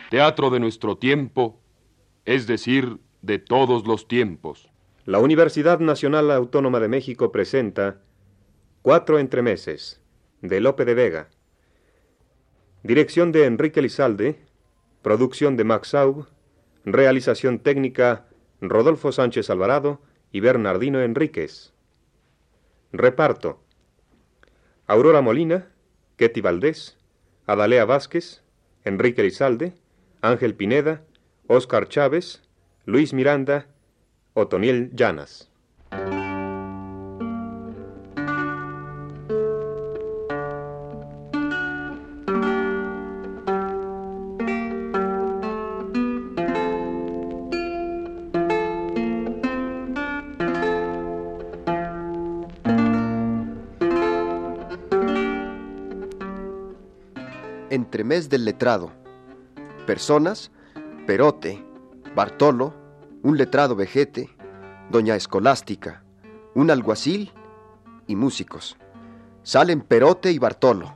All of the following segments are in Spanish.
teatro de nuestro tiempo, es decir, de todos los tiempos. La Universidad Nacional Autónoma de México presenta Cuatro entremeses, de Lope de Vega. Dirección de Enrique Lizalde, producción de Max Aub, realización técnica Rodolfo Sánchez Alvarado y Bernardino Enríquez. Reparto: Aurora Molina, Ketty Valdés, Adalea Vázquez, Enrique Lizalde, Ángel Pineda, Óscar Chávez, Luis Miranda, Otoniel Llanas. Entremés del letrado. Personas: Perote, Bartolo, un letrado vejete, doña Escolástica, un alguacil y músicos. Salen Perote y Bartolo.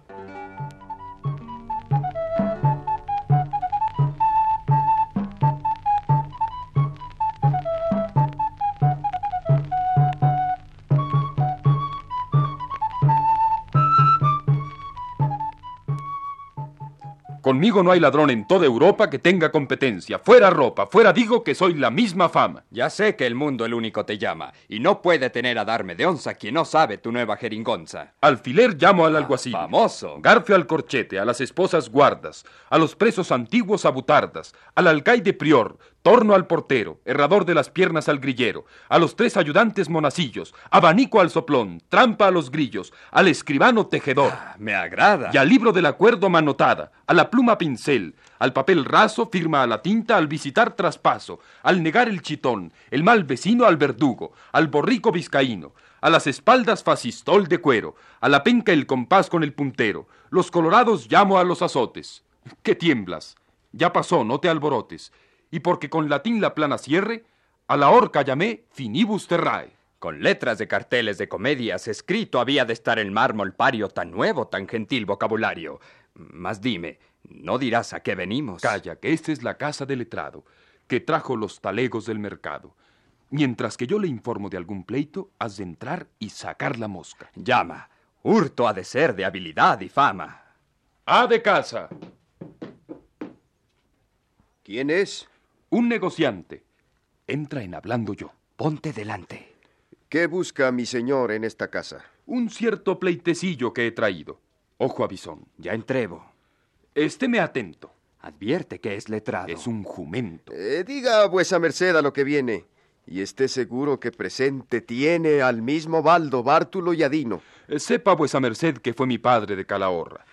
Conmigo no hay ladrón en toda Europa que tenga competencia. Fuera ropa, fuera digo que soy la misma fama. Ya sé que el mundo el único te llama, y no puede tener a darme de onza quien no sabe tu nueva jeringonza. Alfiler llamo al alguacil. Famoso. Garfio al corchete, a las esposas guardas, a los presos antiguos a butardas, al alcaide prior, torno al portero, herrador de las piernas al grillero, a los 3 ayudantes monacillos, abanico al soplón, trampa a los grillos, al escribano tejedor. Me agrada. Y al libro del acuerdo manotada, a la pluma pincel, al papel raso, firma a la tinta, al visitar traspaso, al negar el chitón, el mal vecino al verdugo, al borrico vizcaíno, a las espaldas facistol de cuero, a la penca el compás con el puntero, los colorados llamo a los azotes. ¿Qué tiemblas? Ya pasó, no te alborotes. Y porque con latín la plana cierre, a la horca llamé finibus terrae. Con letras de carteles de comedias escrito había de estar el mármol pario tan nuevo, tan gentil vocabulario. Mas dime, ¿no dirás a qué venimos? Calla, que esta es la casa del letrado, que trajo los talegos del mercado. Mientras que yo le informo de algún pleito, has de entrar y sacar la mosca. Llama, hurto ha de ser de habilidad y fama. ¡A de casa! ¿Quién es? Un negociante. Entra en hablando yo. Ponte delante. ¿Qué busca mi señor en esta casa? Un cierto pleitecillo que he traído. Ojo a bisón. Ya entrevo. Estéme atento. Advierte que es letrado. Es un jumento. Diga vuesa merced a lo que viene, y esté seguro que presente tiene al mismo Baldo, Bártulo y Adino. Sepa vuesa merced que fue mi padre de Calahorra.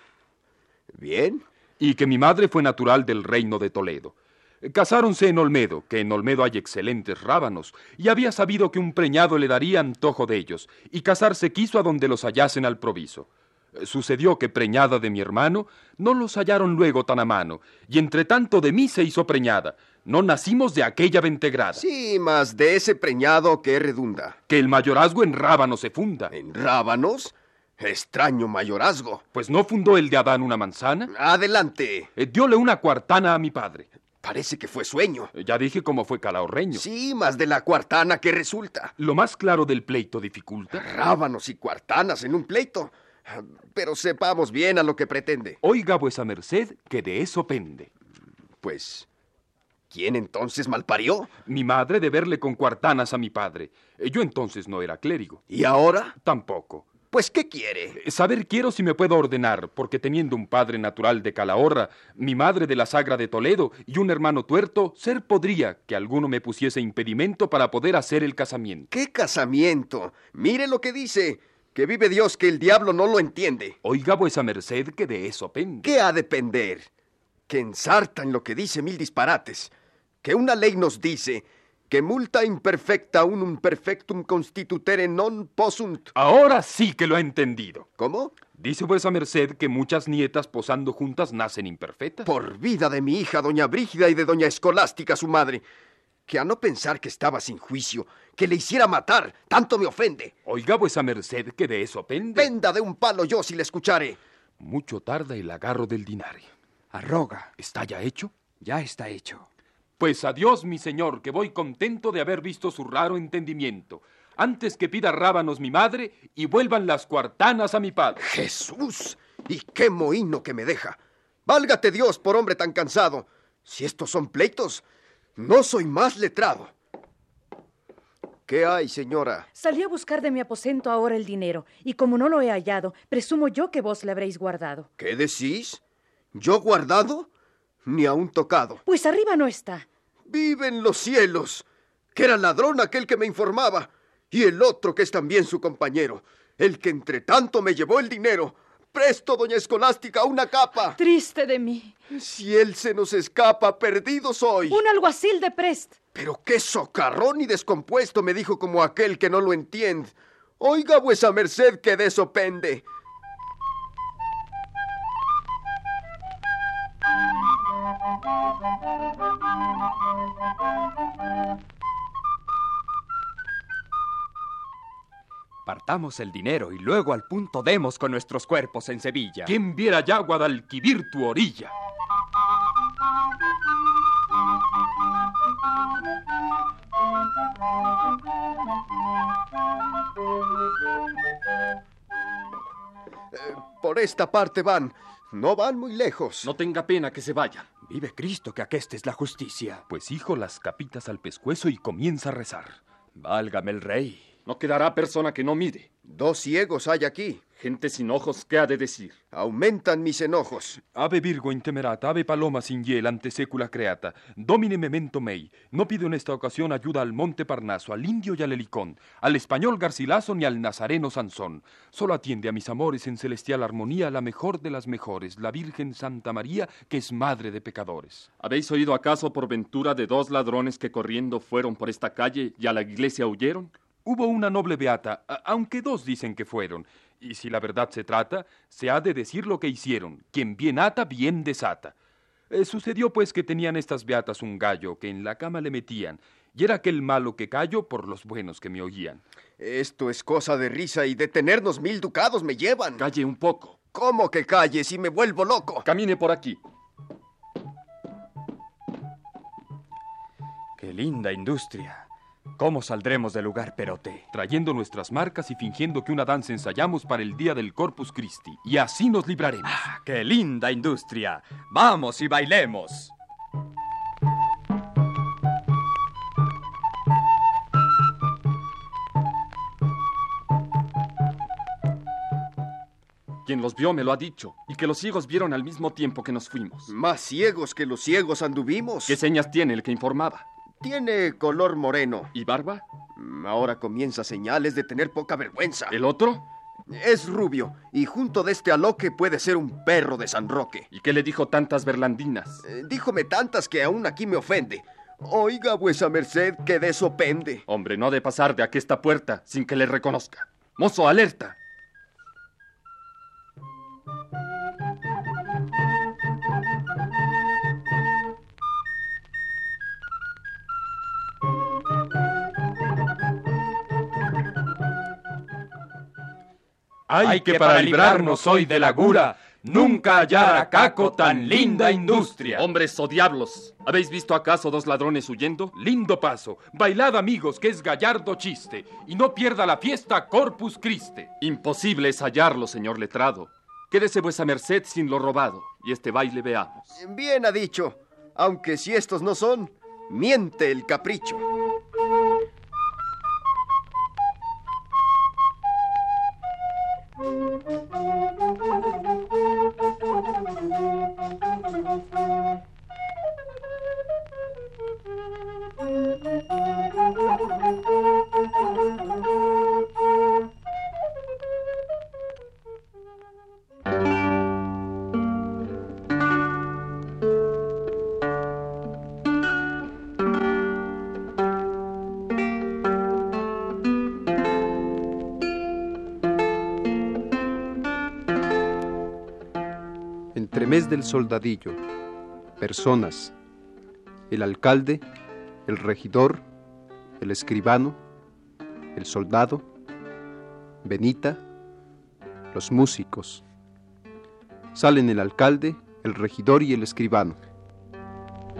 Bien. Y que mi madre fue natural del reino de Toledo. Casáronse en Olmedo, que en Olmedo hay excelentes rábanos, y había sabido que un preñado le daría antojo de ellos, y casarse quiso a donde los hallasen al proviso. Sucedió que preñada de mi hermano, no los hallaron luego tan a mano, y entre tanto de mí se hizo preñada. No nacimos de aquella ventegrada. Sí, mas de ese preñado que redunda. Que el mayorazgo en rábanos se funda. ¿En rábanos? Extraño mayorazgo. Pues ¿no fundó el de Adán una manzana? Adelante. Dióle una cuartana a mi padre. Parece que fue sueño. Ya dije cómo fue calahorreño. Sí, mas de la cuartana que resulta. Lo más claro del pleito dificulta. Rábanos y cuartanas en un pleito. Pero sepamos bien a lo que pretende. Oiga vuesa merced que de eso pende. Pues, ¿quién entonces malparió? Mi madre de verle con cuartanas a mi padre. Yo entonces no era clérigo. ¿Y ahora? Tampoco. Pues, ¿qué quiere? Saber quiero si me puedo ordenar, porque teniendo un padre natural de Calahorra, mi madre de la Sagra de Toledo y un hermano tuerto, ser podría que alguno me pusiese impedimento para poder hacer el casamiento. ¿Qué casamiento? Mire lo que dice, que vive Dios que el diablo no lo entiende. Oiga vuesa merced que de eso pende. ¿Qué ha de pender? Que ensarta en lo que dice mil disparates. Que una ley nos dice que multa imperfecta unum perfectum constitutere non possunt. Ahora sí que lo ha entendido. ¿Cómo? Dice vuesa merced que muchas nietas posando juntas nacen imperfectas. Por vida de mi hija, doña Brígida, y de doña Escolástica, su madre, que a no pensar que estaba sin juicio, que le hiciera matar, tanto me ofende. Oiga vuesa merced que de eso pende. Penda de un palo yo si le escuchare. Mucho tarda el agarro del dinare. Arroga. ¿Está ya hecho? Ya está hecho. Pues adiós, mi señor, que voy contento de haber visto su raro entendimiento. Antes que pida rábanos mi madre y vuelvan las cuartanas a mi padre. ¡Jesús! ¡Y qué mohíno que me deja! ¡Válgate Dios por hombre tan cansado! Si estos son pleitos, no soy más letrado. ¿Qué hay, señora? Salí a buscar de mi aposento ahora el dinero, y como no lo he hallado, presumo yo que vos le habréis guardado. ¿Qué decís? ¿Yo guardado? Ni aún tocado. Pues arriba no está. ¡Vive en los cielos! Que era ladrón aquel que me informaba, y el otro que es también su compañero, el que entre tanto me llevó el dinero. ¡Presto, doña Escolástica, una capa! Triste de mí. Si él se nos escapa, perdido soy. Un alguacil de Prest. Pero qué socarrón y descompuesto, me dijo como aquel que no lo entiende. Oiga vuesa merced que de eso pende. Partamos el dinero y luego al punto demos con nuestros cuerpos en Sevilla. ¿Quién viera ya Guadalquivir tu orilla? Por esta parte van. No van muy lejos. No tenga pena que se vayan. Vive Cristo, que aquesta es la justicia. Pues hijo, las capitas al pescuezo y comienza a rezar. Válgame el rey. No quedará persona que no mire. 2 ciegos hay aquí. Gente sin ojos, ¿qué ha de decir? Aumentan mis enojos. Ave Virgo intemerata, ave paloma sin hiel, ante secula creata, domine memento mei. No pido en esta ocasión ayuda al Monte Parnaso, al indio y al helicón, al español Garcilaso ni al nazareno Sansón. Solo atiende a mis amores en celestial armonía, la mejor de las mejores, la Virgen Santa María, que es madre de pecadores. ¿Habéis oído acaso por ventura de 2 ladrones que corriendo fueron por esta calle y a la iglesia huyeron? Hubo una noble beata, aunque 2 dicen que fueron. Y si la verdad se trata, se ha de decir lo que hicieron. Quien bien ata, bien desata. Sucedió pues que tenían estas beatas un gallo que en la cama le metían, y era aquel malo que callo por los buenos que me oían. Esto es cosa de risa y de tenernos 1000 ducados me llevan. Calle un poco. ¿Cómo que calle si me vuelvo loco? Camine por aquí. ¡Qué linda industria! ¿Cómo saldremos del lugar, Perote? Trayendo nuestras marcas y fingiendo que una danza ensayamos para el día del Corpus Christi. Y así nos libraremos. ¡Ah, qué linda industria! ¡Vamos y bailemos! Quien los vio me lo ha dicho, y que los ciegos vieron al mismo tiempo que nos fuimos. Más ciegos que los ciegos anduvimos. ¿Qué señas tiene el que informaba? Tiene color moreno. ¿Y barba? Ahora comienza señales de tener poca vergüenza. ¿El otro? Es rubio, y junto de este aloque puede ser un perro de San Roque. ¿Y qué le dijo tantas berlandinas? Díjome tantas que aún aquí me ofende. Oiga vuesa merced que de eso pende. Hombre, no ha de pasar de aquesta puerta sin que le reconozca. ¡Mozo, alerta! ¡Ay, que para librarnos hoy de la gula, nunca hallara Caco tan linda industria! ¡Hombres o diablos! ¿Habéis visto acaso 2 ladrones huyendo? Lindo paso, bailad amigos, que es gallardo chiste, y no pierda la fiesta Corpus Christi. Imposible es hallarlo, señor letrado. Quédese vuesa merced sin lo robado, y este baile veamos. Bien ha dicho, aunque si estos no son, miente el capricho. Entremés del soldadillo. Personas: el alcalde, el regidor, el escribano, el soldado, Benita, los músicos. Salen el alcalde, el regidor y el escribano.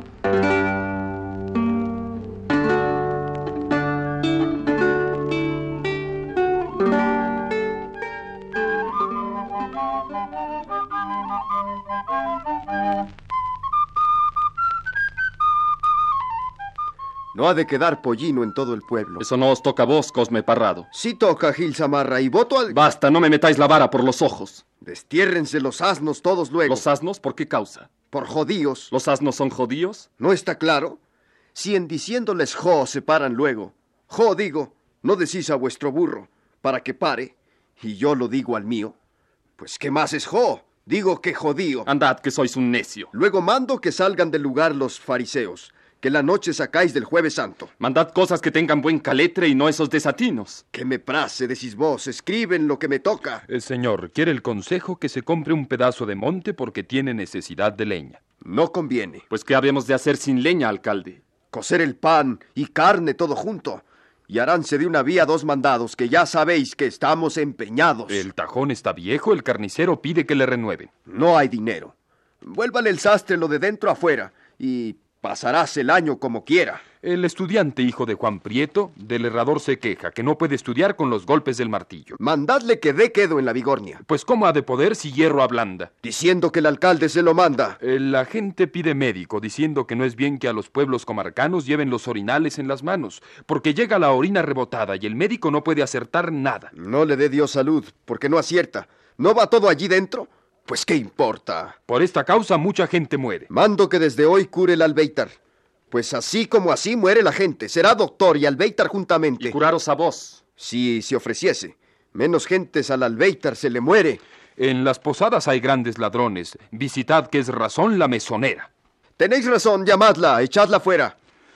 No ha de quedar pollino en todo el pueblo. Eso no os toca a vos, Cosme Parrado. Sí toca, Gil Zamarra, y voto al... Basta, no me metáis la vara por los ojos. Destiérrense los asnos todos luego. ¿Los asnos por qué causa? Por jodíos. ¿Los asnos son judíos? ¿No está claro? Si en diciéndoles jo se paran luego. Jo digo, no decís a vuestro burro, para que pare, y yo lo digo al mío. Pues ¿qué más es jo? Digo que jodío. Andad, que sois un necio. Luego mando que salgan del lugar los fariseos, que la noche sacáis del Jueves Santo. Mandad cosas que tengan buen caletre y no esos desatinos. Que me place, decís vos, escriben lo que me toca. Señor, quiere el consejo que se compre un pedazo de monte porque tiene necesidad de leña. No conviene. Pues ¿qué habemos de hacer sin leña, alcalde? Cocer el pan y carne todo junto. Y haránse de una vía 2 mandados, que ya sabéis que estamos empeñados. El tajón está viejo, el carnicero pide que le renueven. No hay dinero. Vuélvale el sastre lo de dentro afuera, y pasarás el año como quiera. El estudiante hijo de Juan Prieto, del herrador, se queja que no puede estudiar con los golpes del martillo. Mandadle que dé quedo en la Vigornia. Pues ¿cómo ha de poder si hierro ablanda? Diciendo que el alcalde se lo manda. La gente pide médico, diciendo que no es bien que a los pueblos comarcanos lleven los orinales en las manos, porque llega la orina rebotada y el médico no puede acertar nada. No le dé Dios salud, porque no acierta. ¿No va todo allí dentro? Pues ¿qué importa? Por esta causa mucha gente muere. Mando que desde hoy cure el albéitar. Pues así como así muere la gente. Será doctor y albéitar juntamente. Y curaros a vos. Si se ofreciese. Menos gentes al albéitar se le muere. En las posadas hay grandes ladrones. Visitad que es razón la mesonera. Tenéis razón, llamadla, echadla fuera.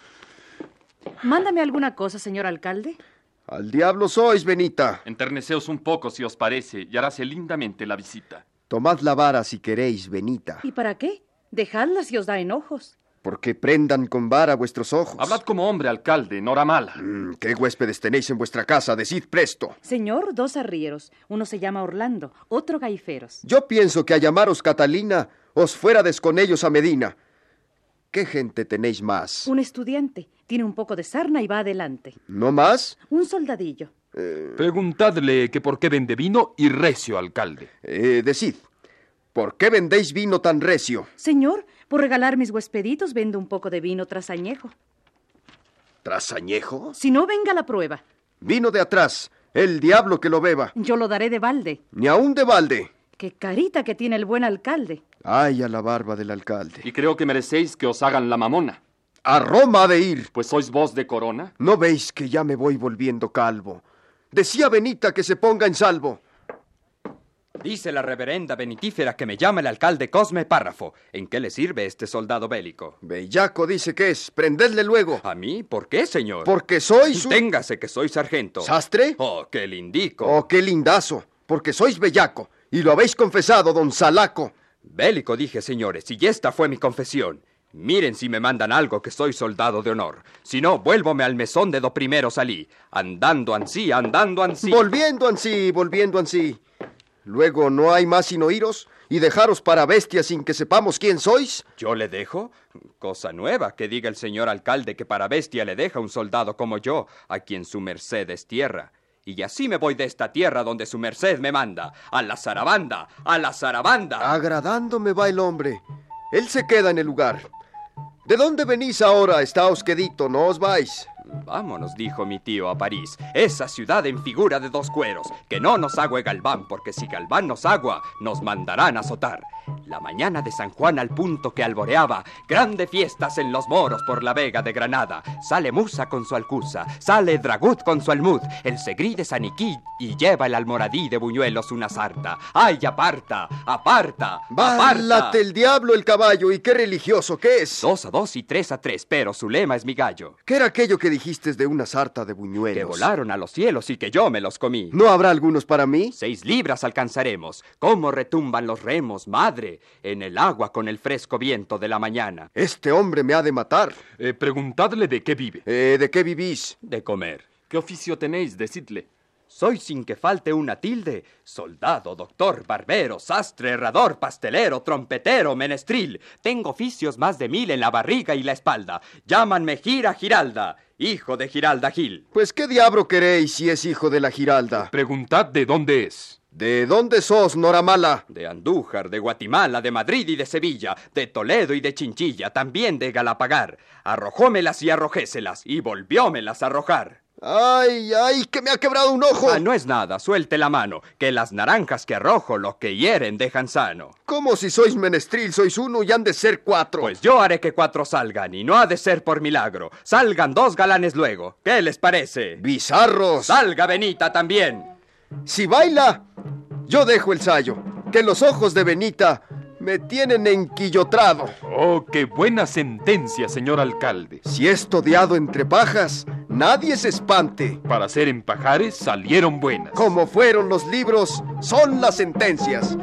Mándame alguna cosa, señor alcalde. Al diablo sois, Benita. Enterneceos un poco, si os parece, y haráse lindamente la visita. Tomad la vara si queréis, Benita. ¿Y para qué? Dejadla si os da enojos. Porque prendan con vara vuestros ojos. Hablad como hombre, alcalde, no hora mala. ¿Qué huéspedes tenéis en vuestra casa? Decid presto. Señor, 2 arrieros. Uno se llama Orlando, otro Gaiferos. Yo pienso que a llamaros Catalina os fuérades con ellos a Medina. ¿Qué gente tenéis más? Un estudiante. Tiene un poco de sarna y va adelante. ¿No más? Un soldadillo. Preguntadle que por qué vende vino y recio, alcalde. Decid, ¿por qué vendéis vino tan recio? Señor, por regalar mis huespeditos vendo un poco de vino trasañejo. ¿Trasañejo? Si no, venga la prueba. Vino de atrás, el diablo que lo beba. Yo lo daré de balde. Ni aún de balde. Qué carita que tiene el buen alcalde. Ay, a la barba del alcalde. Y creo que merecéis que os hagan la mamona. A Roma ha de ir. Pues sois vos de Corona. ¿No veis que ya me voy volviendo calvo? Decía Benita que se ponga en salvo. Dice la reverenda benitífera que me llama el alcalde Cosme Párrafo. ¿En qué le sirve este soldado bélico? Bellaco dice que es. Prendedle luego. ¿A mí? ¿Por qué, señor? Porque sois un... Téngase que soy sargento. ¿Sastre? Oh, qué lindico. Oh, qué lindazo. Porque sois bellaco. Y lo habéis confesado, don Salaco. Bélico dije, señores, y esta fue mi confesión. Miren si me mandan algo que soy soldado de honor. Si no, vuélvome al mesón de do primero salí. Andando ansí, andando ansí. Volviendo ansí, volviendo ansí. Luego no hay más sino iros y dejaros para bestias sin que sepamos quién sois. ¿Yo le dejo? Cosa nueva que diga el señor alcalde que para bestia le deja un soldado como yo, a quien su merced destierra. Y así me voy de esta tierra donde su merced me manda. ¡A la zarabanda! ¡A la zarabanda! Agradándome va el hombre. Él se queda en el lugar. ¿De dónde venís ahora? Estáos quedito, no os vais. Vámonos, dijo mi tío a París, esa ciudad en figura de 2 cueros, que no nos agüe Galván, porque si Galván nos agua, nos mandarán azotar. La mañana de San Juan al punto que alboreaba, grande fiestas en los moros por la vega de Granada. Sale Musa con su alcuza, sale Dragut con su almud, el segrí de Saniquí y lleva el almoradí de buñuelos una sarta. ¡Ay, aparta, aparta, aparta! ¡Válate el diablo el caballo! ¿Y qué religioso qué es? 2 a 2 y 3 a 3, pero su lema es mi gallo. ¿Qué era aquello que dijiste de una sarta de buñuelos? Que volaron a los cielos y que yo me los comí. ¿No habrá algunos para mí? 6 libras alcanzaremos. ¿Cómo retumban los remos, madre? En el agua con el fresco viento de la mañana. Este hombre me ha de matar. Preguntadle de qué vive. ¿De qué vivís? De comer. ¿Qué oficio tenéis? Decidle. Soy, sin que falte una tilde, soldado, doctor, barbero, sastre, herrador, pastelero, trompetero, menestril. Tengo oficios más de 1000 en la barriga y la espalda. Llámanme Gira Giralda, hijo de Giralda Gil. Pues qué diablo queréis si es hijo de la Giralda. Preguntad de dónde es. ¿De dónde sos, Noramala? De Andújar, de Guatemala, de Madrid y de Sevilla, de Toledo y de Chinchilla, también de Galapagar. Arrojómelas y arrojéselas, y volviómelas a arrojar. ¡Ay, ay, que me ha quebrado un ojo! Ah, no es nada, suelte la mano, que las naranjas que arrojo, los que hieren dejan sano. ¿Cómo si sois menestril? Sois uno y han de ser 4. Pues yo haré que 4 salgan, y no ha de ser por milagro. Salgan 2 galanes luego. ¿Qué les parece? ¡Bizarros! ¡Salga Benita también! Si baila, yo dejo el sayo, que los ojos de Benita me tienen enquillotrado. Oh, qué buena sentencia, señor alcalde. Si es todeado entre pajas, nadie se espante. Para ser en pajares salieron buenas. Como fueron los libros, son las sentencias.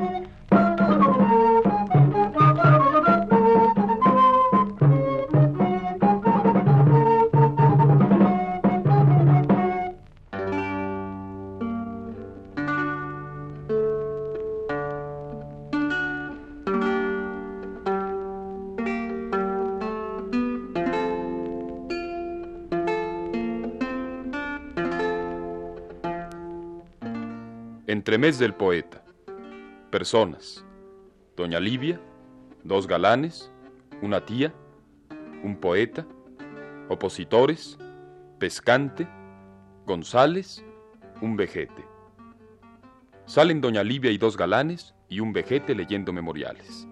Entremés del poeta. Personas: doña Livia, 2 galanes, una tía, un poeta, opositores, pescante, González, un vejete. Salen doña Livia y 2 galanes y un vejete leyendo memoriales.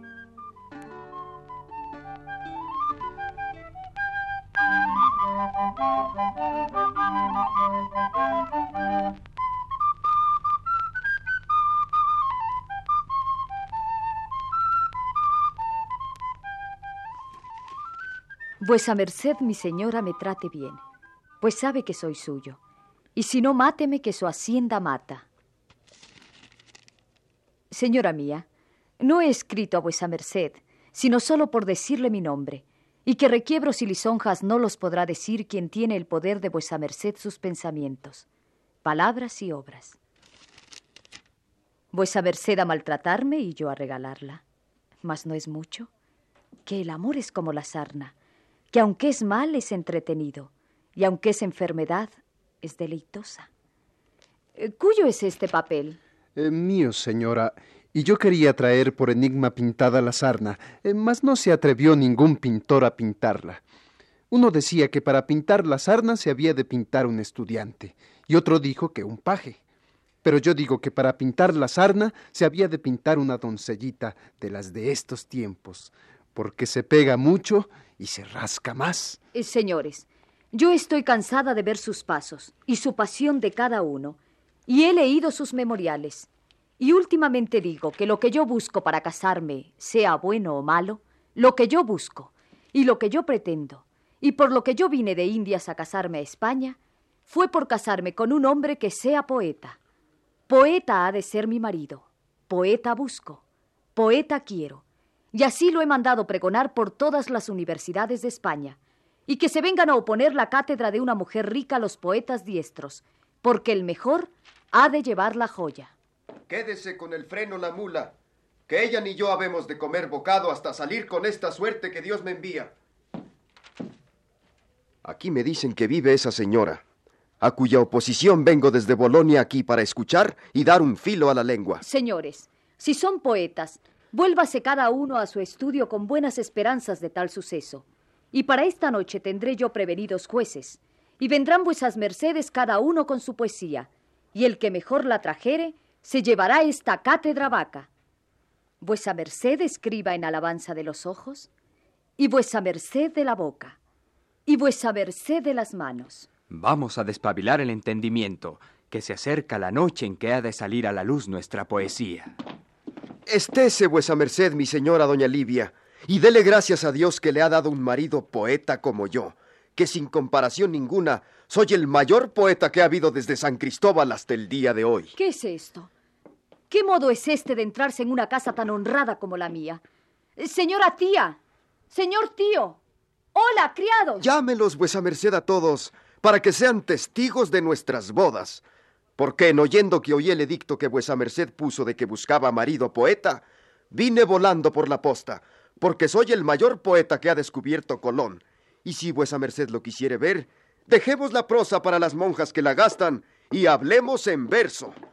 Vuesa merced, mi señora, me trate bien, pues sabe que soy suyo, y si no, máteme, que su hacienda mata. Señora mía, no he escrito a vuesa merced, sino solo por decirle mi nombre, y que requiebros y lisonjas no los podrá decir quien tiene el poder de vuesa merced sus pensamientos, palabras y obras. Vuesa merced a maltratarme y yo a regalarla, mas no es mucho, que el amor es como la sarna, que aunque es mal es entretenido, y aunque es enfermedad es deleitosa. ¿Cuyo es este papel? Mío, señora, y yo quería traer por enigma pintada la sarna, mas no se atrevió ningún pintor a pintarla. Uno decía que para pintar la sarna se había de pintar un estudiante, y otro dijo que un paje. Pero yo digo que para pintar la sarna se había de pintar una doncellita de las de estos tiempos, porque se pega mucho y se rasca más. Señores, yo estoy cansada de ver sus pasos y su pasión de cada uno, y he leído sus memoriales, y últimamente digo que lo que yo busco para casarme, sea bueno o malo, lo que yo busco y lo que yo pretendo, y por lo que yo vine de Indias a casarme a España, fue por casarme con un hombre que sea poeta. Poeta ha de ser mi marido, poeta busco, poeta quiero, y así lo he mandado pregonar por todas las universidades de España, y que se vengan a oponer la cátedra de una mujer rica a los poetas diestros, porque el mejor ha de llevar la joya. Quédese con el freno la mula, que ella ni yo habemos de comer bocado hasta salir con esta suerte que Dios me envía. Aquí me dicen que vive esa señora, a cuya oposición vengo desde Bolonia aquí para escuchar y dar un filo a la lengua. Señores, si son poetas, vuélvase cada uno a su estudio con buenas esperanzas de tal suceso. Y para esta noche tendré yo prevenidos jueces, y vendrán vuesas mercedes cada uno con su poesía, y el que mejor la trajere se llevará esta cátedra vaca. Vuesa merced escriba en alabanza de los ojos, y vuesa merced de la boca, y vuesa merced de las manos. Vamos a despabilar el entendimiento, que se acerca la noche en que ha de salir a la luz nuestra poesía. Estése vuesa merced, mi señora doña Livia, y dele gracias a Dios que le ha dado un marido poeta como yo, que sin comparación ninguna soy el mayor poeta que ha habido desde San Cristóbal hasta el día de hoy. ¿Qué es esto? ¿Qué modo es este de entrarse en una casa tan honrada como la mía? Señora tía, señor tío, hola, criados. Llámelos vuesa merced a todos, para que sean testigos de nuestras bodas. Porque en oyendo que oí el edicto que vuesa merced puso de que buscaba marido poeta, vine volando por la posta, porque soy el mayor poeta que ha descubierto Colón. Y si vuesa merced lo quisiere ver, dejemos la prosa para las monjas que la gastan y hablemos en verso.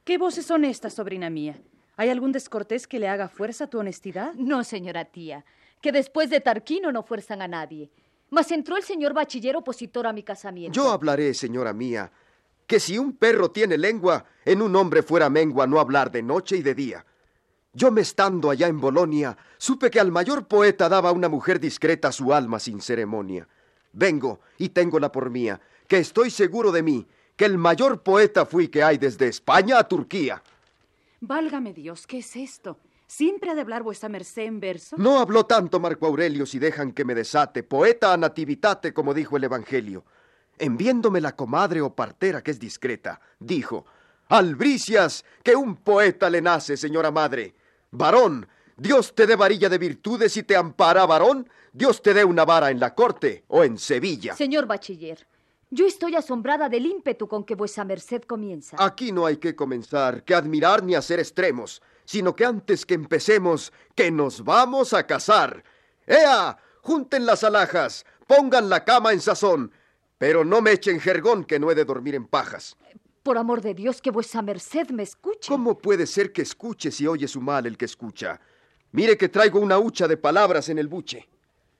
¿Qué voces son estas, sobrina mía? ¿Hay algún descortés que le haga fuerza a tu honestidad? No, señora tía, que después de Tarquino no fuerzan a nadie. Mas entró el señor bachiller opositor a mi casamiento. Yo hablaré, señora mía, que si un perro tiene lengua, en un hombre fuera mengua no hablar de noche y de día. Yo me estando allá en Bolonia, supe que al mayor poeta daba a una mujer discreta su alma sin ceremonia. Vengo, y téngola por mía, que estoy seguro de mí, que el mayor poeta fui que hay desde España a Turquía. Válgame Dios, ¿qué es esto? ¿Siempre ha de hablar vuesa merced en verso? No habló tanto Marco Aurelio si dejan que me desate, poeta a nativitate, como dijo el Evangelio. En viéndome la comadre o partera que es discreta, dijo: Albricias, que un poeta le nace, señora madre. Varón, Dios te dé varilla de virtudes y te ampara, varón. Dios te dé una vara en la corte o en Sevilla. Señor bachiller, yo estoy asombrada del ímpetu con que vuesa merced comienza. Aquí no hay que comenzar, que admirar ni hacer extremos, sino que antes que empecemos, que nos vamos a casar. ¡Ea! Junten las alhajas, pongan la cama en sazón, pero no me echen jergón, que no he de dormir en pajas. Por amor de Dios, que vuesa merced me escuche. ¿Cómo puede ser que escuche si oye su mal el que escucha? Mire que traigo una hucha de palabras en el buche.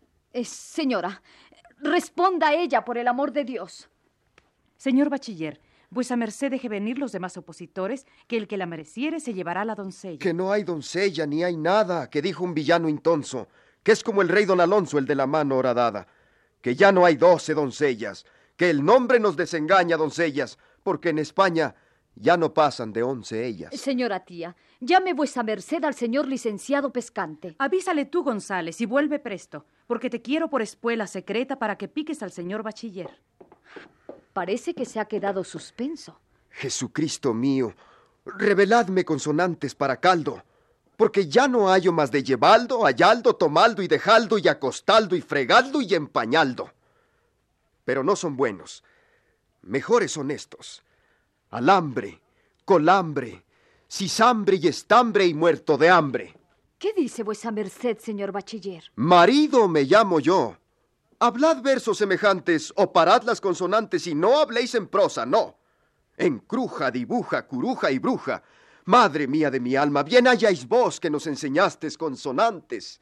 Señora, responda a ella por el amor de Dios. Señor bachiller, vuesa merced deje venir los demás opositores, que el que la mereciere se llevará a la doncella. Que no hay doncella ni hay nada, que dijo un villano intonso, que es como el rey don Alonso, el de la mano horadada, que ya no hay 12 doncellas, que el nombre nos desengaña, doncellas, porque en España ya no pasan de 11 ellas. Señora tía, llame vuesa merced al señor licenciado pescante. Avísale tú, González, y vuelve presto, porque te quiero por espuela secreta para que piques al señor bachiller. Parece que se ha quedado suspenso. Jesucristo mío, reveladme consonantes para caldo, porque ya no hallo más de llevaldo, hallaldo, tomaldo y dejaldo y acostaldo y fregaldo y empañaldo. Pero no son buenos, mejores son estos: alambre, colambre, cisambre y estambre y muerto de hambre. ¿Qué dice vuesa merced, señor bachiller? Marido me llamo yo. Hablad versos semejantes o parad las consonantes y no habléis en prosa, no. En cruja, dibuja, curuja y bruja. Madre mía de mi alma, bien halláis vos que nos enseñastes consonantes.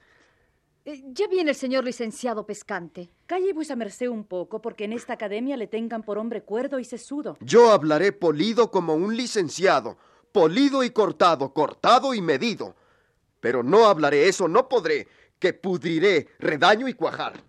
Ya viene el señor licenciado pescante. Calle vuesa merced un poco, porque en esta academia le tengan por hombre cuerdo y sesudo. Yo hablaré polido como un licenciado, polido y cortado, cortado y medido. Pero no hablaré eso, no podré, que pudriré, redaño y cuajar.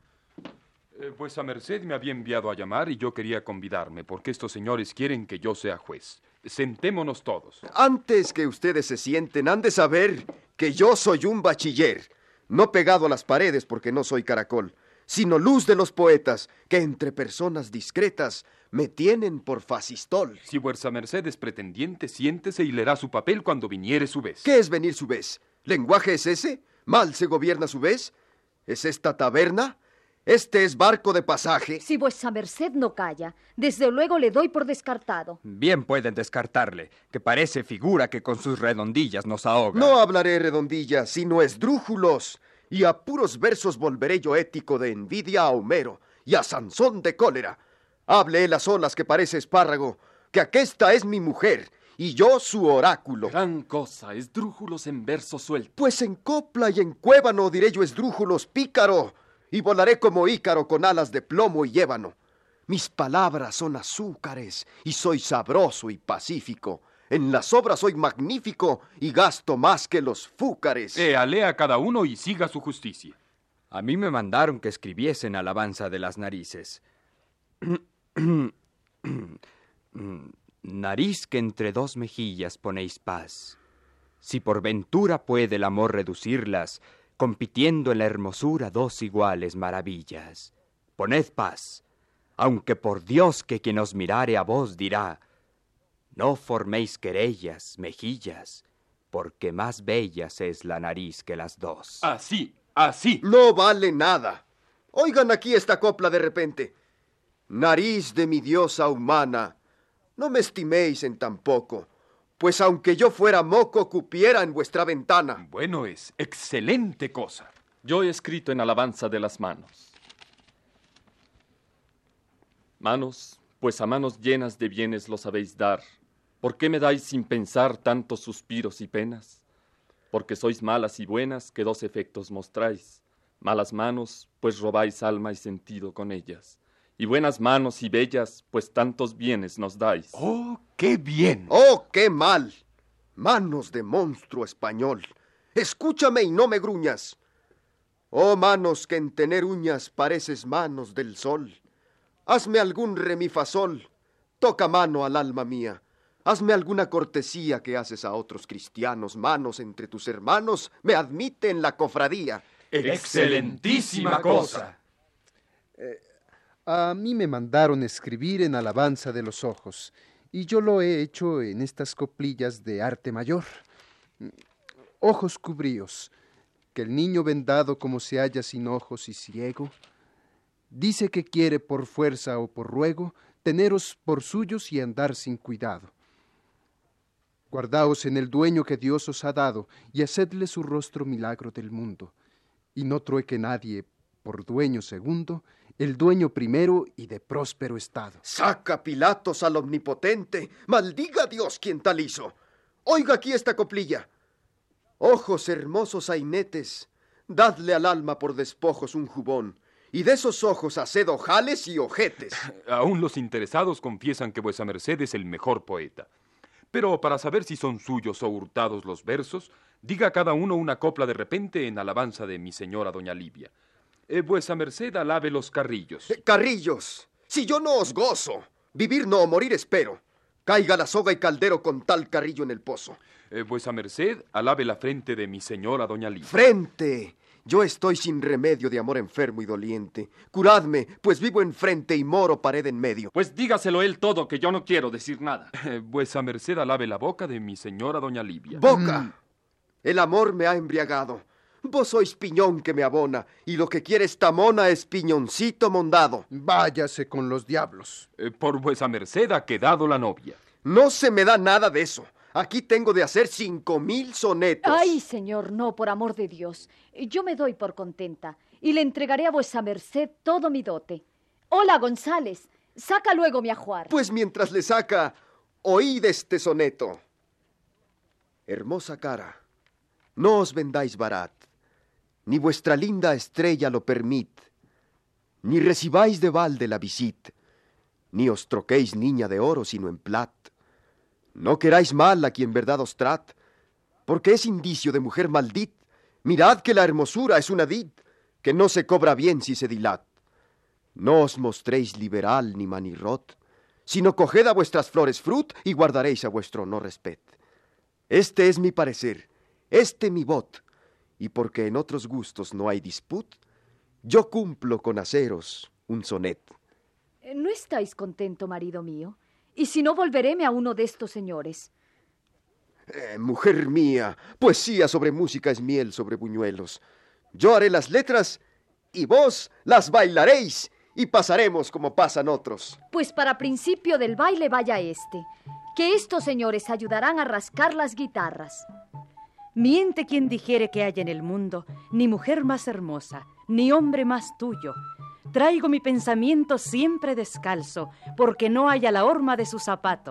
Vuesa merced me había enviado a llamar y yo quería convidarme, porque estos señores quieren que yo sea juez. Sentémonos todos. Antes que ustedes se sienten, han de saber que yo soy un bachiller, no pegado a las paredes porque no soy caracol, sino luz de los poetas, que entre personas discretas me tienen por facistol. Si vuesa merced es pretendiente, siéntese y leerá su papel cuando viniere su vez. ¿Qué es venir su vez? ¿Lenguaje es ese? ¿Mal se gobierna su vez? ¿Es esta taberna? ¿Este es barco de pasaje? Si vuesa merced no calla, desde luego le doy por descartado. Bien pueden descartarle, que parece figura que con sus redondillas nos ahoga. No hablaré redondillas, sino esdrújulos, y a puros versos volveré yo ético de envidia a Homero, y a Sansón de cólera. Hable él a solas que parece espárrago, que aquesta es mi mujer, y yo su oráculo. Gran cosa, esdrújulos en verso suelto. Pues en copla y en cuébano diré yo esdrújulos pícaro, y volaré como Ícaro con alas de plomo y ébano. Mis palabras son azúcares, y soy sabroso y pacífico. En las obras soy magnífico, y gasto más que los fúcares. Lea cada uno y siga su justicia. A mí me mandaron que escribiesen alabanza de las narices. Nariz que entre dos mejillas ponéis paz. Si por ventura puede el amor reducirlas, compitiendo en la hermosura dos iguales maravillas. Poned paz, aunque por Dios que quien os mirare a vos dirá, no forméis querellas, mejillas, porque más bellas es la nariz que las dos. Así, así. No vale nada. Oigan aquí esta copla de repente. Nariz de mi diosa humana, no me estiméis en tan poco, pues aunque yo fuera moco, cupiera en vuestra ventana. Bueno, es excelente cosa. Yo he escrito en alabanza de las manos. Manos, pues a manos llenas de bienes lo sabéis dar, ¿Por qué me dais sin pensar tantos suspiros y penas? Porque sois malas y buenas, que dos efectos mostráis. Malas manos, pues robáis alma y sentido con ellas. Y buenas manos y bellas, pues tantos bienes nos dais. ¡Oh, qué bien! ¡Oh, qué mal! Manos de monstruo español, escúchame y no me gruñas. Oh, manos que en tener uñas pareces manos del sol. Hazme algún remifasol, toca mano al alma mía. Hazme alguna cortesía que haces a otros cristianos. Manos entre tus hermanos me admite en la cofradía. ¡Excelentísima cosa! A mí me mandaron escribir en alabanza de los ojos, y yo lo he hecho en estas coplillas de arte mayor. Ojos cubríos, que el niño vendado como se halla sin ojos y ciego, dice que quiere por fuerza o por ruego teneros por suyos y andar sin cuidado. Guardaos en el dueño que Dios os ha dado, y hacedle su rostro milagro del mundo, y no trueque nadie por dueño segundo, el dueño primero y de próspero estado. Saca Pilatos al omnipotente, maldiga a Dios quien tal hizo. Oiga aquí esta coplilla. Ojos hermosos sainetes, dadle al alma por despojos un jubón, y de esos ojos haced ojales y ojetes. Aún los interesados confiesan que vuesa merced es el mejor poeta. Pero para saber si son suyos o hurtados los versos, diga cada uno una copla de repente en alabanza de mi señora doña Livia. Vuesa merced alabe los carrillos. Carrillos, si yo no os gozo, vivir no, morir espero. Caiga la soga y caldero con tal carrillo en el pozo. Vuesa merced alabe la frente de mi señora doña Livia. ¡Frente! Yo estoy sin remedio de amor enfermo y doliente. Curadme, pues vivo enfrente y moro pared en medio. Pues dígaselo él todo, que yo no quiero decir nada. Vuesa merced alabe la boca de mi señora doña Livia. ¡Boca! El amor me ha embriagado. Vos sois piñón que me abona, y lo que quiere esta mona es piñoncito mondado. Váyase con los diablos. Por vuesa merced ha quedado la novia. No se me da nada de eso. Aquí tengo de hacer 5,000 sonetos. Ay, señor, no, por amor de Dios. Yo me doy por contenta y le entregaré a vuesa merced todo mi dote. Hola, González, saca luego mi ajuar. Pues mientras le saca, oíd este soneto. Hermosa cara, no os vendáis barat, ni vuestra linda estrella lo permit, ni recibáis de balde la visit, ni os troquéis niña de oro sino en plat. No queráis mal a quien verdad os trat, porque es indicio de mujer maldit. Mirad que la hermosura es una did, que no se cobra bien si se dilat. No os mostréis liberal ni manirrot, sino coged a vuestras flores frut y guardaréis a vuestro honor respet. Este es mi parecer, este mi vot, y porque en otros gustos no hay disput, yo cumplo con haceros un sonet. ¿No estáis contento, marido mío? Y si no, volveréme a uno de estos señores. Mujer mía, poesía sobre música es miel sobre buñuelos. Yo haré las letras y vos las bailaréis y pasaremos como pasan otros. Pues para principio del baile vaya este, que estos señores ayudarán a rascar las guitarras. Miente quien dijere que haya en el mundo ni mujer más hermosa, ni hombre más tuyo. Traigo mi pensamiento siempre descalzo, porque no haya la horma de su zapato.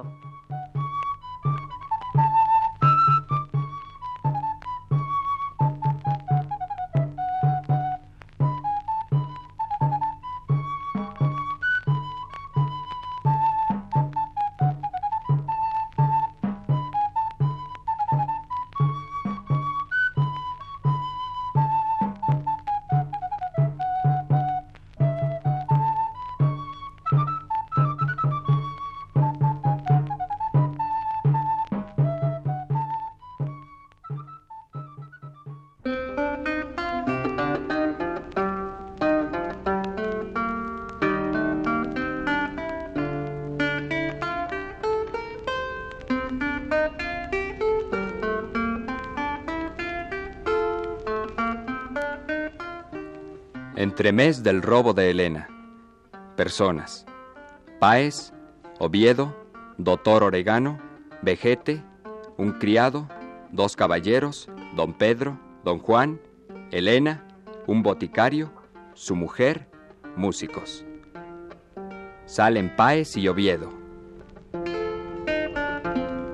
Entremés del robo de Helena. Personas: Páez, Oviedo, Doctor Oregano, Vejete, un criado, 2 caballeros, don Pedro, don Juan, Helena, un boticario, su mujer, músicos. Salen Páez y Oviedo.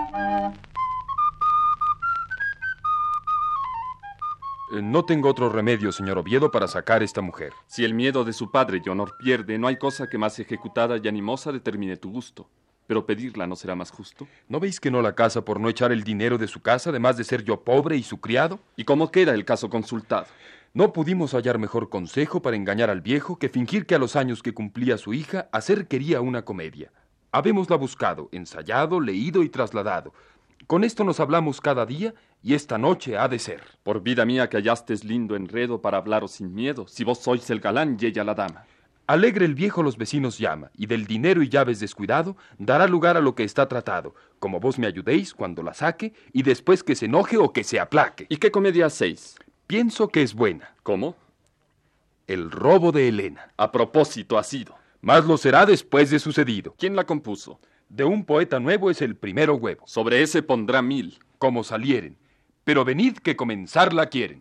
No tengo otro remedio, señor Oviedo, para sacar esta mujer. Si el miedo de su padre y honor pierde, no hay cosa que más ejecutada y animosa determine tu gusto. Pero pedirla no será más justo. ¿No veis que no la casa por no echar el dinero de su casa, además de ser yo pobre y su criado? ¿Y cómo queda el caso consultado? No pudimos hallar mejor consejo para engañar al viejo que fingir que a los años que cumplía su hija, hacer quería una comedia. Habémosla buscado, ensayado, leído y trasladado. Con esto nos hablamos cada día y esta noche ha de ser. Por vida mía que hallastes lindo enredo para hablaros sin miedo, si vos sois el galán y ella la dama. Alegre el viejo los vecinos llama, y del dinero y llaves descuidado dará lugar a lo que está tratado, como vos me ayudéis cuando la saque, y después que se enoje o que se aplaque. ¿Y qué comedia hacéis? Pienso que es buena. ¿Cómo? El robo de Helena. A propósito ha sido. Más lo será después de sucedido. ¿Quién la compuso? De un poeta nuevo es el primero huevo. Sobre ese pondrá 1000. Como salieren. Pero venid que comenzarla quieren.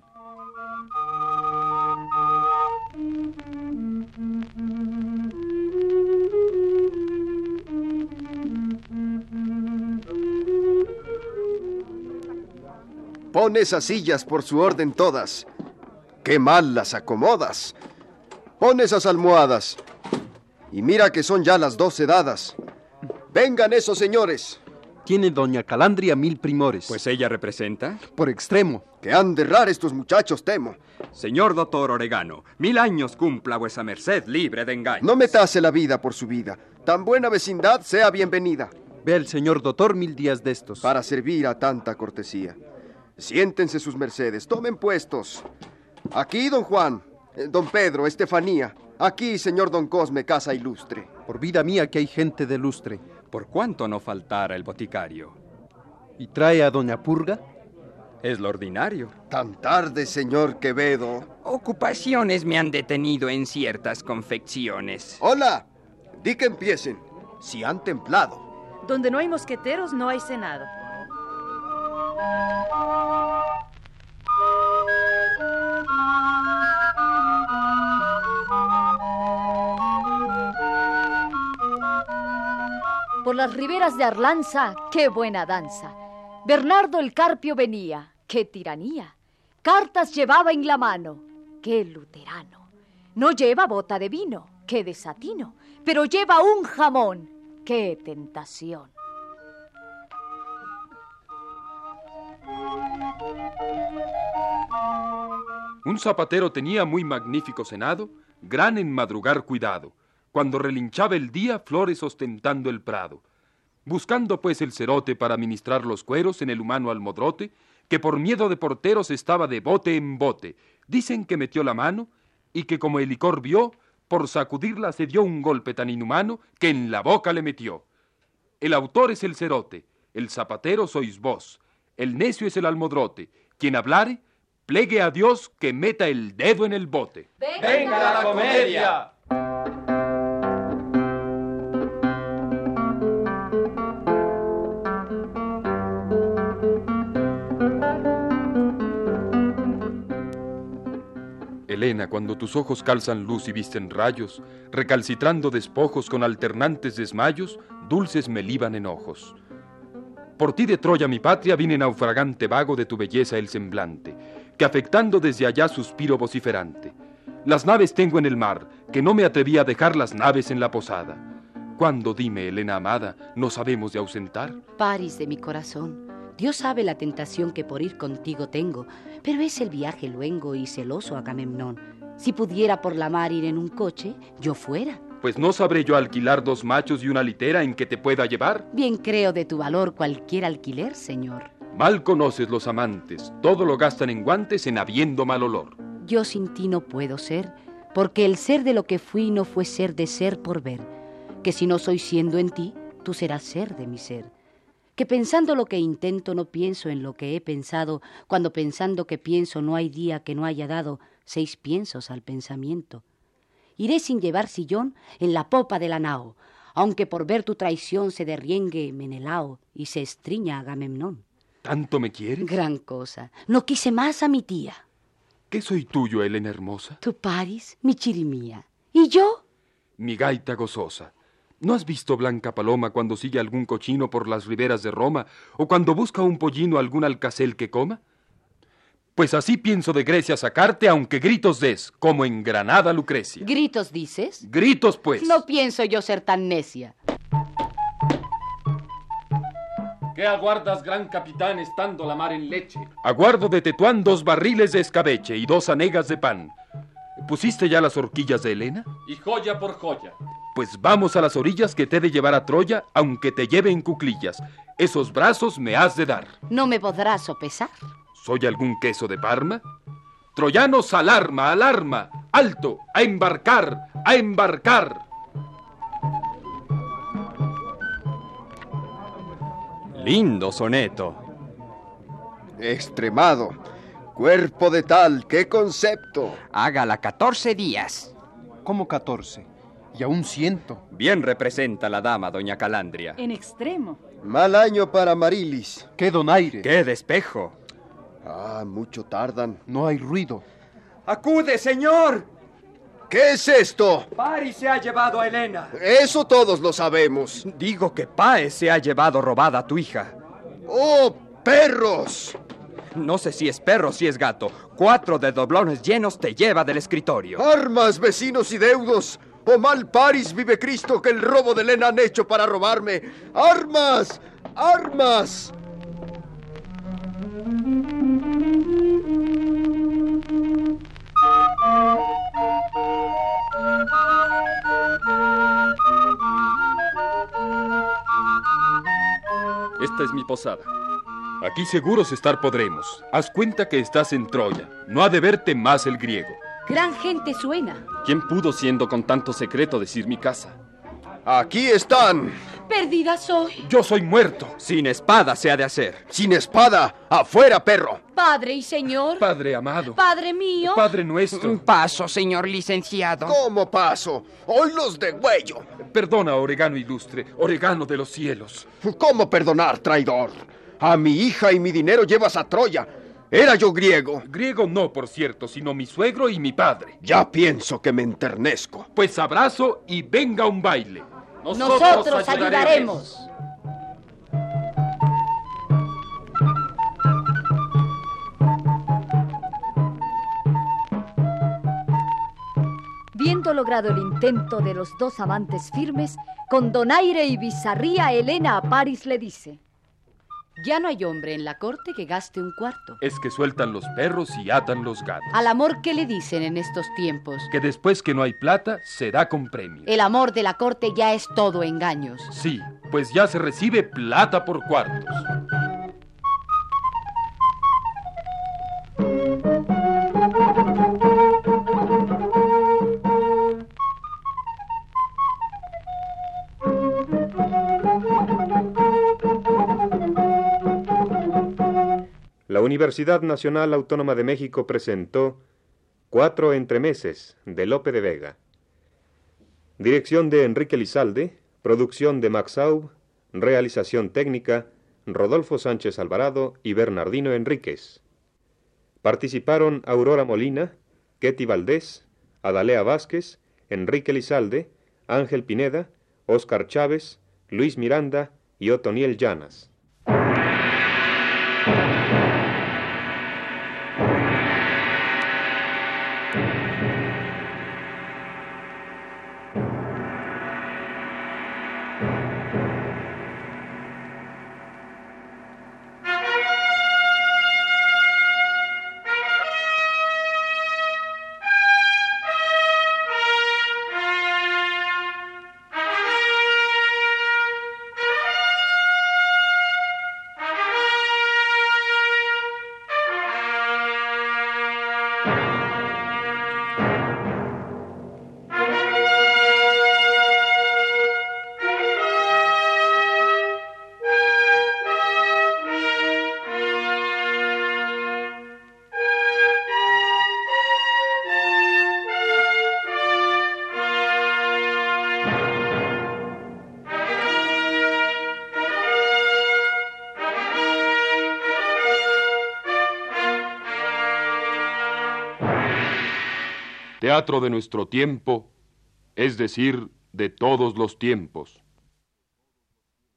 Pon esas sillas por su orden todas. ¡Qué mal las acomodas! Pon esas almohadas. Y mira que son ya las 12 dadas. ¡Vengan esos señores! Tiene doña Calandria 1000 primores. Pues ella representa. Por extremo. Que han de errar estos muchachos, temo. Señor doctor Oregano, 1000 años cumpla vuesa merced libre de engaños. No me tase la vida por su vida. Tan buena vecindad sea bienvenida. Ve el señor doctor 1000 días de estos. Para servir a tanta cortesía. Siéntense sus mercedes, tomen puestos. Aquí, don Juan, don Pedro, Estefanía. Aquí, señor don Cosme, casa ilustre. Por vida mía que hay gente de lustre. ¿Por cuánto no faltara el boticario? ¿Y trae a doña Purga? Es lo ordinario. Tan tarde, señor Quevedo. Ocupaciones me han detenido en ciertas confecciones. Hola, di que empiecen, si han templado. Donde no hay mosqueteros, no hay senado. Por las riberas de Arlanza, qué buena danza. Bernardo el Carpio venía, qué tiranía. Cartas llevaba en la mano, qué luterano. No lleva bota de vino, qué desatino, pero lleva un jamón, qué tentación. Un zapatero tenía muy magnífico senado, gran en madrugar cuidado, cuando relinchaba el día flores ostentando el prado. Buscando pues el cerote para ministrar los cueros en el humano almodrote, que por miedo de porteros estaba de bote en bote. Dicen que metió la mano y que como el licor vio, por sacudirla se dio un golpe tan inhumano que en la boca le metió. El autor es el cerote, el zapatero sois vos, el necio es el almodrote. Quien hablare, plegue a Dios que meta el dedo en el bote. ¡Venga la comedia! Helena, cuando tus ojos calzan luz y visten rayos, recalcitrando despojos con alternantes desmayos, dulces me liban enojos. Por ti de Troya, mi patria, vine naufragante vago de tu belleza el semblante, que afectando desde allá suspiro vociferante. Las naves tengo en el mar, que no me atreví a dejar las naves en la posada. ¿Cuándo, dime, Helena amada, nos habemos de ausentar? Paris de mi corazón, Dios sabe la tentación que por ir contigo tengo, pero es el viaje luengo y celoso Agamemnón. Si pudiera por la mar ir en un coche, yo fuera. Pues no sabré yo alquilar 2 machos y una litera en que te pueda llevar. Bien creo de tu valor cualquier alquiler, señor. Mal conoces los amantes, todo lo gastan en guantes en habiendo mal olor. Yo sin ti no puedo ser, porque el ser de lo que fui no fue ser de ser por ver, que si no soy siendo en ti, tú serás ser de mi ser. Que pensando lo que intento no pienso en lo que he pensado, cuando pensando que pienso no hay día que no haya dado 6 piensos al pensamiento. Iré sin llevar sillón en la popa de la nao, aunque por ver tu traición se derriengue Menelao y se estriña Agamemnón. ¿Tanto me quieres? Gran cosa. No quise más a mi tía. ¿Qué soy tuyo, Helena hermosa? Tu Paris, mi chirimía. ¿Y yo? Mi gaita gozosa. ¿No has visto Blanca Paloma cuando sigue algún cochino por las riberas de Roma o cuando busca un pollino algún alcacel que coma? Pues así pienso de Grecia sacarte, aunque gritos des, como en Granada Lucrecia. ¿Gritos dices? Gritos, pues. No pienso yo ser tan necia. ¿Qué aguardas, gran capitán, estando la mar en leche? Aguardo de Tetuán 2 barriles de escabeche y 2 hanegas de pan. ¿Pusiste ya las horquillas de Helena? Y joya por joya. Pues vamos a las orillas que te he de llevar a Troya, aunque te lleve en cuclillas. Esos brazos me has de dar. ¿No me podrás sopesar? ¿Soy algún queso de Parma? Troyanos, alarma, alarma. ¡Alto! ¡A embarcar! ¡A embarcar! Lindo soneto. Extremado. Cuerpo de tal, qué concepto. Hágala 14 días. ¿Cómo 14? Y aún 100. Bien representa la dama, doña Calandria. En extremo. Mal año para Marilis. ¡Qué donaire! ¡Qué despejo! Ah, mucho tardan. No hay ruido. ¡Acude, señor! ¿Qué es esto? Paris se ha llevado a Helena. Eso todos lo sabemos. Digo que Páez se ha llevado robada a tu hija. ¡Oh, perros! No sé si es perro o si es gato. 4 de doblones llenos te lleva del escritorio. ¡Armas, vecinos y deudos! ¡Oh, mal Paris vive Cristo que el robo de Helena han hecho para robarme! ¡Armas! ¡Armas! Esta es mi posada. Aquí seguros estar podremos. Haz cuenta que estás en Troya. No ha de verte más el griego. Gran gente suena. ¿Quién pudo, siendo con tanto secreto, decir mi casa? ¡Aquí están! Perdida soy. Yo soy muerto. Sin espada se ha de hacer. ¡Sin espada! ¡Afuera, perro! Padre y señor. Padre amado. Padre mío. Padre nuestro. Paso, señor licenciado. ¿Cómo paso? ¡Hoy los degüello! Perdona, Oregano ilustre, Oregano de los cielos. ¿Cómo perdonar, traidor? A mi hija y mi dinero llevas a Troya. Era yo griego. Griego no, por cierto, sino mi suegro y mi padre. Ya pienso que me enternezco. Pues abrazo y venga un baile. Nosotros ayudaremos. Viendo logrado el intento de los 2 amantes firmes, con donaire y bizarría Helena a Paris le dice: Ya no hay hombre en la corte que gaste un cuarto. Es que sueltan los perros y atan los gatos. Al amor, ¿qué le dicen en estos tiempos? Que después que no hay plata, se da con premio. El amor de la corte ya es todo engaños. Sí, pues ya se recibe plata por cuartos. La Universidad Nacional Autónoma de México presentó 4 entremeses de Lope de Vega. Dirección de Enrique Lizalde, producción de Max Aub, realización técnica Rodolfo Sánchez Alvarado y Bernardino Enríquez. Participaron Aurora Molina, Ketty Valdés, Adalea Vázquez, Enrique Lizalde, Ángel Pineda, Óscar Chávez, Luis Miranda y Otoniel Llanas. Teatro de nuestro tiempo, es decir, de todos los tiempos.